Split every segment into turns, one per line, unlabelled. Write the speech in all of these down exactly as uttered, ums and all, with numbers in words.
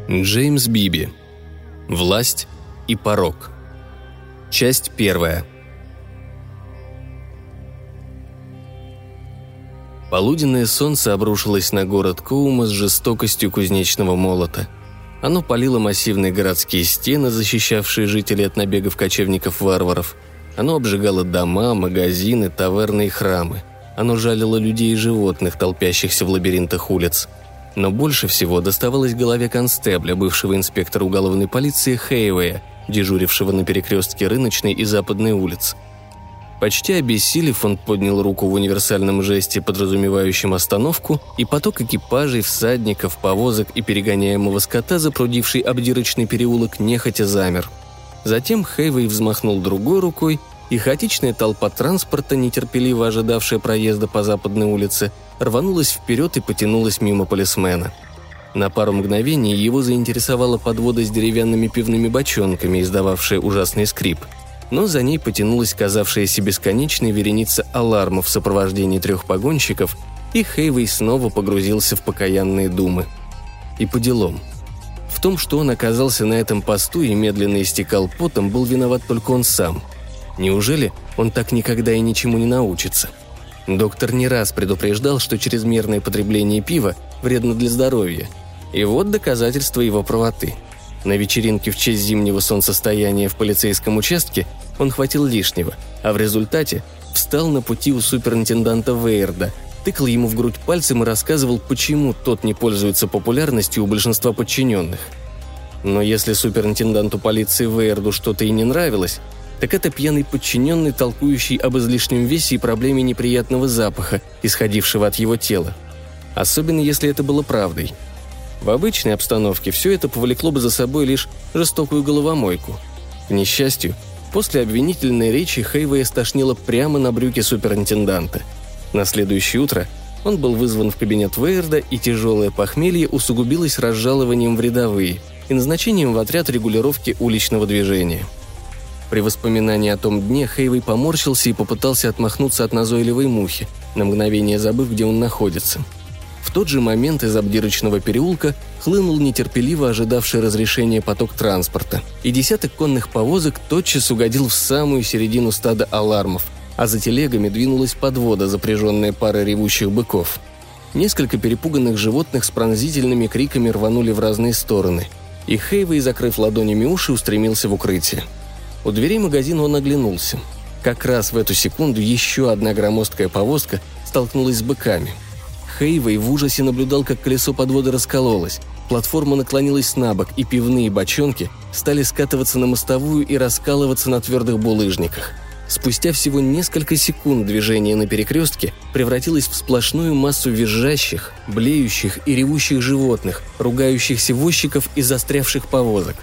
Джеймс Биби. Власть и порок. Часть первая. Полуденное солнце обрушилось на город Коума с жестокостью кузнечного молота. Оно палило массивные городские стены, защищавшие жителей от набегов кочевников-варваров. Оно обжигало дома, магазины, таверны и храмы. Оно жалило людей и животных, толпящихся в лабиринтах улиц. Но больше всего доставалось голове констебля, бывшего инспектора уголовной полиции Хейвея, дежурившего на перекрестке Рыночной и Западной улиц. Почти обессилев, он поднял руку в универсальном жесте, подразумевающем остановку, и поток экипажей, всадников, повозок и перегоняемого скота, запрудивший обдирочный переулок, нехотя замер. Затем Хейвей взмахнул другой рукой, и хаотичная толпа транспорта, нетерпеливо ожидавшая проезда по Западной улице, рванулась вперед и потянулась мимо полисмена. На пару мгновений его заинтересовала подвода с деревянными пивными бочонками, издававшая ужасный скрип. Но за ней потянулась казавшаяся бесконечной вереница алармов в сопровождении трех погонщиков, и Хейвей снова погрузился в покаянные думы. И по делам. В том, что он оказался на этом посту и медленно истекал потом, был виноват только он сам. Неужели он так никогда и ничему не научится? Доктор не раз предупреждал, что чрезмерное потребление пива вредно для здоровья. И вот доказательство его правоты. На вечеринке в честь зимнего солнцестояния в полицейском участке он хватил лишнего, а в результате встал на пути у суперинтенданта Вейерда, тыкал ему в грудь пальцем и рассказывал, почему тот не пользуется популярностью у большинства подчиненных. Но если суперинтенданту полиции Вейерду что-то и не нравилось, так это пьяный подчиненный, толкующий об излишнем весе и проблеме неприятного запаха, исходившего от его тела. Особенно если это было правдой. В обычной обстановке все это повлекло бы за собой лишь жестокую головомойку. К несчастью, после обвинительной речи Хейвея стошнило прямо на брюки суперинтенданта. На следующее утро он был вызван в кабинет Вейерда, и тяжелое похмелье усугубилось разжалованием в рядовые и назначением в отряд регулировки уличного движения. При воспоминании о том дне Хейвей поморщился и попытался отмахнуться от назойливой мухи, на мгновение забыв, где он находится. В тот же момент из обдирочного переулка хлынул нетерпеливо ожидавший разрешения поток транспорта, и десяток конных повозок тотчас угодил в самую середину стада алармов, а за телегами двинулась подвода, запряженная парой ревущих быков. Несколько перепуганных животных с пронзительными криками рванули в разные стороны, и Хейвей, закрыв ладонями уши, устремился в укрытие. У дверей магазина он оглянулся. Как раз в эту секунду еще одна громоздкая повозка столкнулась с быками. Хейвей в ужасе наблюдал, как колесо подводы раскололось, платформа наклонилась набок, и пивные бочонки стали скатываться на мостовую и раскалываться на твердых булыжниках. Спустя всего несколько секунд движение на перекрестке превратилось в сплошную массу визжащих, блеющих и ревущих животных, ругающихся возчиков и застрявших повозок.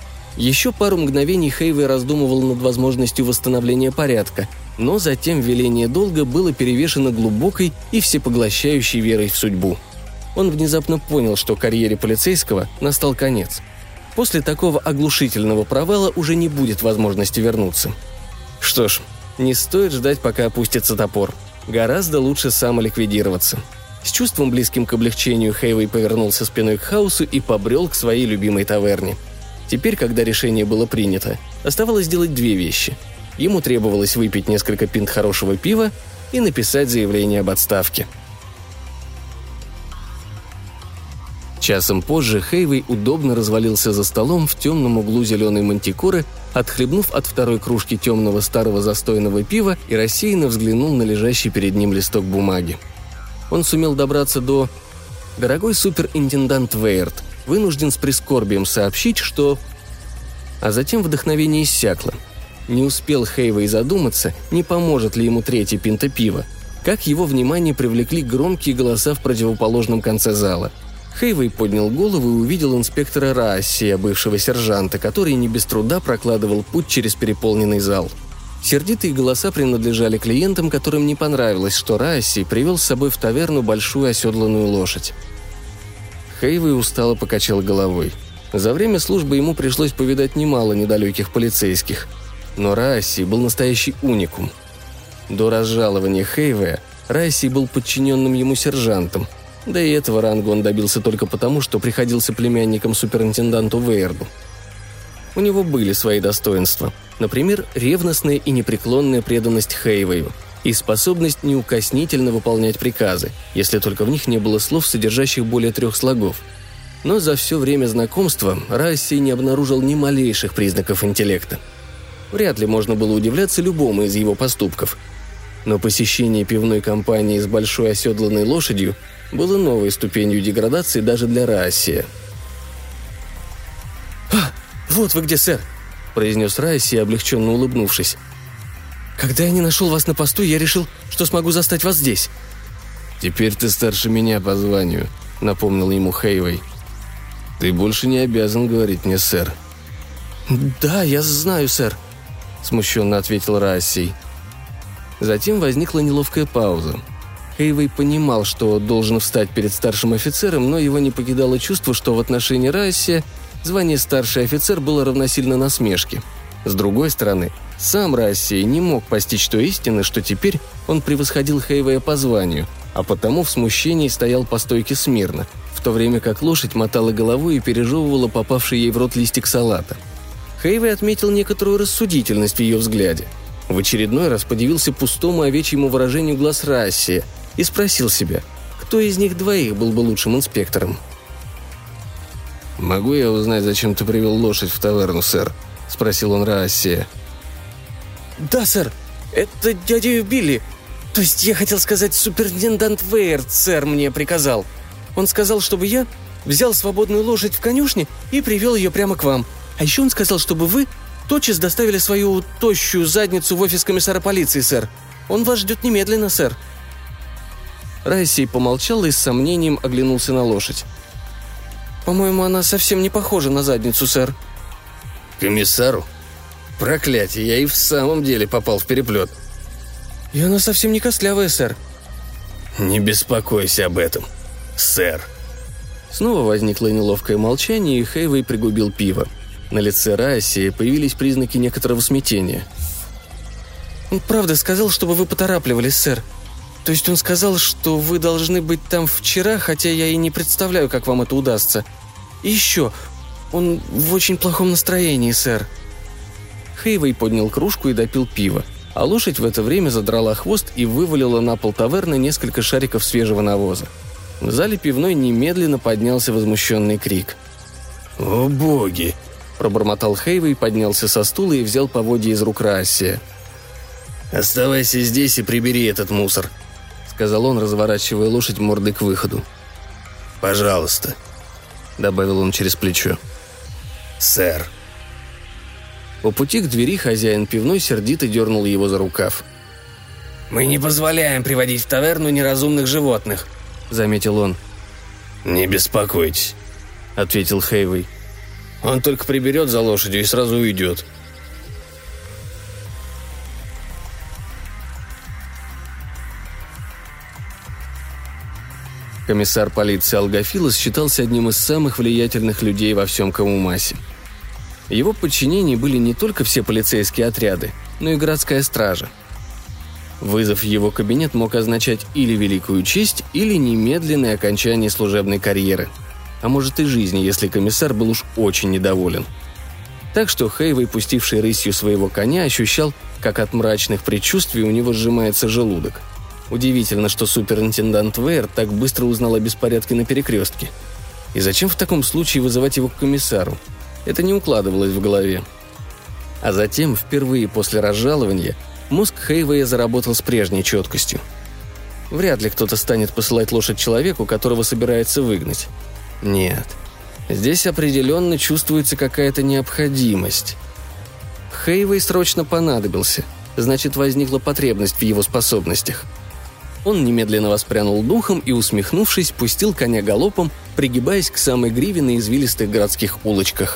Еще пару мгновений Хейвей раздумывал над возможностью восстановления порядка, но затем веление долга было перевешено глубокой и всепоглощающей верой в судьбу. Он внезапно понял, что карьере полицейского настал конец. После такого оглушительного провала уже не будет возможности вернуться. Что ж, не стоит ждать, пока опустится топор. Гораздо лучше самоликвидироваться. С чувством, близким к облегчению, Хейвей повернулся спиной к хаосу и побрел к своей любимой таверне. Теперь, когда решение было принято, оставалось сделать две вещи. Ему требовалось выпить несколько пинт хорошего пива и написать заявление об отставке. Часом позже Хейвей удобно развалился за столом в темном углу зеленой мантикоры, отхлебнув от второй кружки темного старого застойного пива, и рассеянно взглянул на лежащий перед ним листок бумаги. Он сумел добраться до... «Дорогой суперинтендант Вейерд, вынужден с прискорбием сообщить, что...» А затем вдохновение иссякло. Не успел Хейвей задуматься, не поможет ли ему третья пинта пива, как его внимание привлекли громкие голоса в противоположном конце зала. Хейвей поднял голову и увидел инспектора Раассия, бывшего сержанта, который не без труда прокладывал путь через переполненный зал. Сердитые голоса принадлежали клиентам, которым не понравилось, что Раассий привел с собой в таверну большую оседланную лошадь. Хейвей устало покачал головой. За время службы ему пришлось повидать немало недалеких полицейских. Но Раассий был настоящий уникум. До разжалования Хейвея Раассий был подчиненным ему сержантом, Да и этого ранга он добился только потому, что приходился племянником суперинтенданту Вейерду. У него были свои достоинства. Например, ревностная и непреклонная преданность Хейвею и способность неукоснительно выполнять приказы, если только в них не было слов, содержащих более трех слогов. Но за все время знакомства Расси не обнаружил ни малейших признаков интеллекта. Вряд ли можно было удивляться любому из его поступков. Но посещение пивной компании с большой оседланной лошадью было новой ступенью деградации даже для Расси. «А, вот вы где, сэр!» – произнес Расси, облегченно улыбнувшись. «Когда я не нашел вас на посту, я решил, что смогу застать вас здесь». «Теперь ты старше меня по званию», – напомнил ему Хейвей. «Ты больше не обязан говорить мне, сэр». «Да, я знаю, сэр», – смущенно ответил Расси. Затем возникла неловкая пауза. Хейвей понимал, что должен встать перед старшим офицером, но его не покидало чувство, что в отношении Расси звание старший офицер было равносильно насмешке. С другой стороны, сам Расси не мог постичь той истины, что теперь он превосходил Хейвея по званию, а потому в смущении стоял по стойке смирно, в то время как лошадь мотала головой и пережевывала попавший ей в рот листик салата. Хейвей отметил некоторую рассудительность в ее взгляде. В очередной раз подивился пустому овечьему выражению глаз Расси и спросил себя, кто из них двоих был бы лучшим инспектором. «Могу я узнать, зачем ты привел лошадь в таверну, сэр?» – спросил он Расси. «Да, сэр, это дядя Билли. То есть я хотел сказать, суперинтендант Вейерд, сэр, мне приказал. Он сказал, чтобы я взял свободную лошадь в конюшне и привел ее прямо к вам. А еще он сказал, чтобы вы тотчас доставили свою тощую задницу в офис комиссара полиции, сэр. Он вас ждет немедленно, сэр». Расси помолчал и с сомнением оглянулся на лошадь. «По-моему, она совсем не похожа на задницу, сэр». «Комиссару? Проклятие, я и в самом деле попал в переплет». «И она совсем не костлявая, сэр». «Не беспокойся об этом, сэр». Снова возникло неловкое молчание, и Хейвей пригубил пиво. На лице Расси появились признаки некоторого смятения. «Он правда сказал, чтобы вы поторапливались, сэр. То есть он сказал, что вы должны быть там вчера, хотя я и не представляю, как вам это удастся. И еще, он в очень плохом настроении, сэр». Хейвей поднял кружку и допил пиво, а лошадь в это время задрала хвост и вывалила на пол таверны несколько шариков свежего навоза. В зале пивной немедленно поднялся возмущенный крик. «О боги!» – пробормотал Хейвей, поднялся со стула и взял поводья из рук Расси. «Оставайся здесь и прибери этот мусор», – сказал он, разворачивая лошадь мордой к выходу. «Пожалуйста», – добавил он через плечо. «Сэр». По пути к двери хозяин пивной сердито дернул его за рукав. «Мы не позволяем приводить в таверну неразумных животных», – заметил он. «Не беспокойтесь», – ответил Хейвей. «Он только приберет за лошадью и сразу уйдет». Комиссар полиции Алгофилос считался одним из самых влиятельных людей во всем Камумасе. В его подчинении были не только все полицейские отряды, но и городская стража. Вызов в его кабинет мог означать или великую честь, или немедленное окончание служебной карьеры. А может и жизни, если комиссар был уж очень недоволен. Так что Хейвей, пустивший рысью своего коня, ощущал, как от мрачных предчувствий у него сжимается желудок. Удивительно, что суперинтендант Вейерд так быстро узнал о беспорядке на перекрестке. И зачем в таком случае вызывать его к комиссару? Это не укладывалось в голове. А затем, впервые после разжалования, мозг Хейвея заработал с прежней четкостью. Вряд ли кто-то станет посылать лошадь человеку, которого собирается выгнать. Нет. Здесь определенно чувствуется какая-то необходимость. Хейвей срочно понадобился, значит, возникла потребность в его способностях. Он немедленно воспрянул духом и, усмехнувшись, пустил коня галопом, пригибаясь к самой гриве на извилистых городских улочках.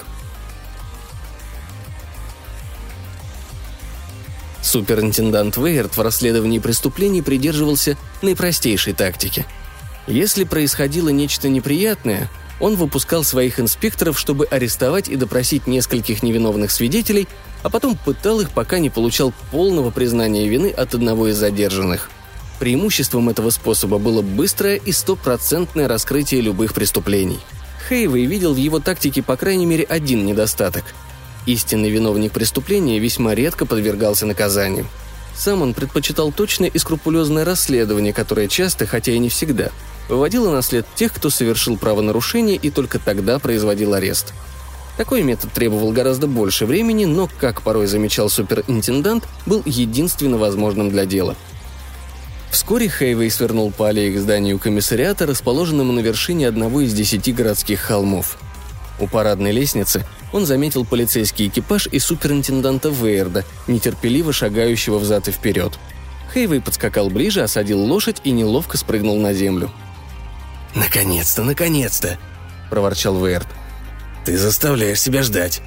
Суперинтендант Вейерд в расследовании преступлений придерживался наипростейшей тактики. Если происходило нечто неприятное, он выпускал своих инспекторов, чтобы арестовать и допросить нескольких невиновных свидетелей, а потом пытал их, пока не получал полного признания вины от одного из задержанных. Преимуществом этого способа было быстрое и стопроцентное раскрытие любых преступлений. Хэйвей видел в его тактике по крайней мере один недостаток. Истинный виновник преступления весьма редко подвергался наказанию. Сам он предпочитал точное и скрупулезное расследование, которое часто, хотя и не всегда, выводило на след тех, кто совершил правонарушение, и только тогда производил арест. Такой метод требовал гораздо больше времени, но, как порой замечал суперинтендант, был единственно возможным для дела. Вскоре Хэйвей свернул по аллее к зданию комиссариата, расположенному на вершине одного из десяти городских холмов. У парадной лестницы он заметил полицейский экипаж и суперинтенданта Вейерда, нетерпеливо шагающего взад и вперед. Хэйвей подскакал ближе, осадил лошадь и неловко спрыгнул на землю.
«Наконец-то, наконец-то!» – проворчал Вейерд. «Ты заставляешь себя ждать».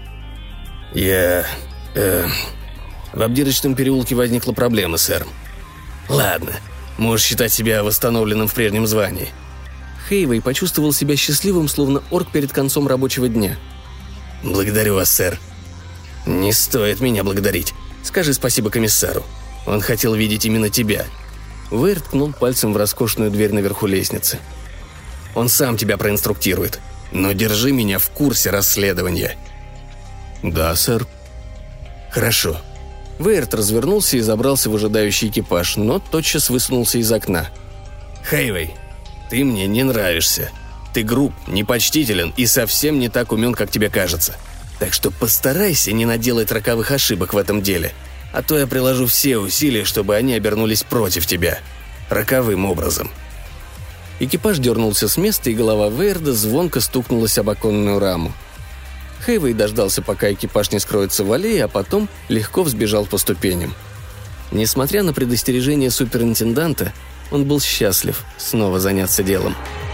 «Я... э... в Обдирочном переулке возникла проблема, сэр». «Ладно, можешь считать себя восстановленным в прежнем звании».
Хэйвей почувствовал себя счастливым, словно орк перед концом рабочего дня.
«Благодарю вас, сэр». «Не стоит меня благодарить. Скажи спасибо комиссару. Он хотел видеть именно тебя».
Вейерд ткнул пальцем в роскошную дверь наверху лестницы.
«Он сам тебя проинструктирует. Но держи меня в курсе расследования».
«Да, сэр».
«Хорошо».
Вейерд развернулся и забрался в ожидающий экипаж, но тотчас высунулся из окна.
«Хэйвей, ты мне не нравишься. Ты груб, непочтителен и совсем не так умен, как тебе кажется. Так что постарайся не наделать роковых ошибок в этом деле, а то я приложу все усилия, чтобы они обернулись против тебя. Роковым образом».
Экипаж дернулся с места, и голова Вейерда звонко стукнулась об оконную раму. Хэйвей дождался, пока экипаж не скроется в аллее, а потом легко взбежал по ступеням. Несмотря на предостережение суперинтенданта, он был счастлив снова заняться делом.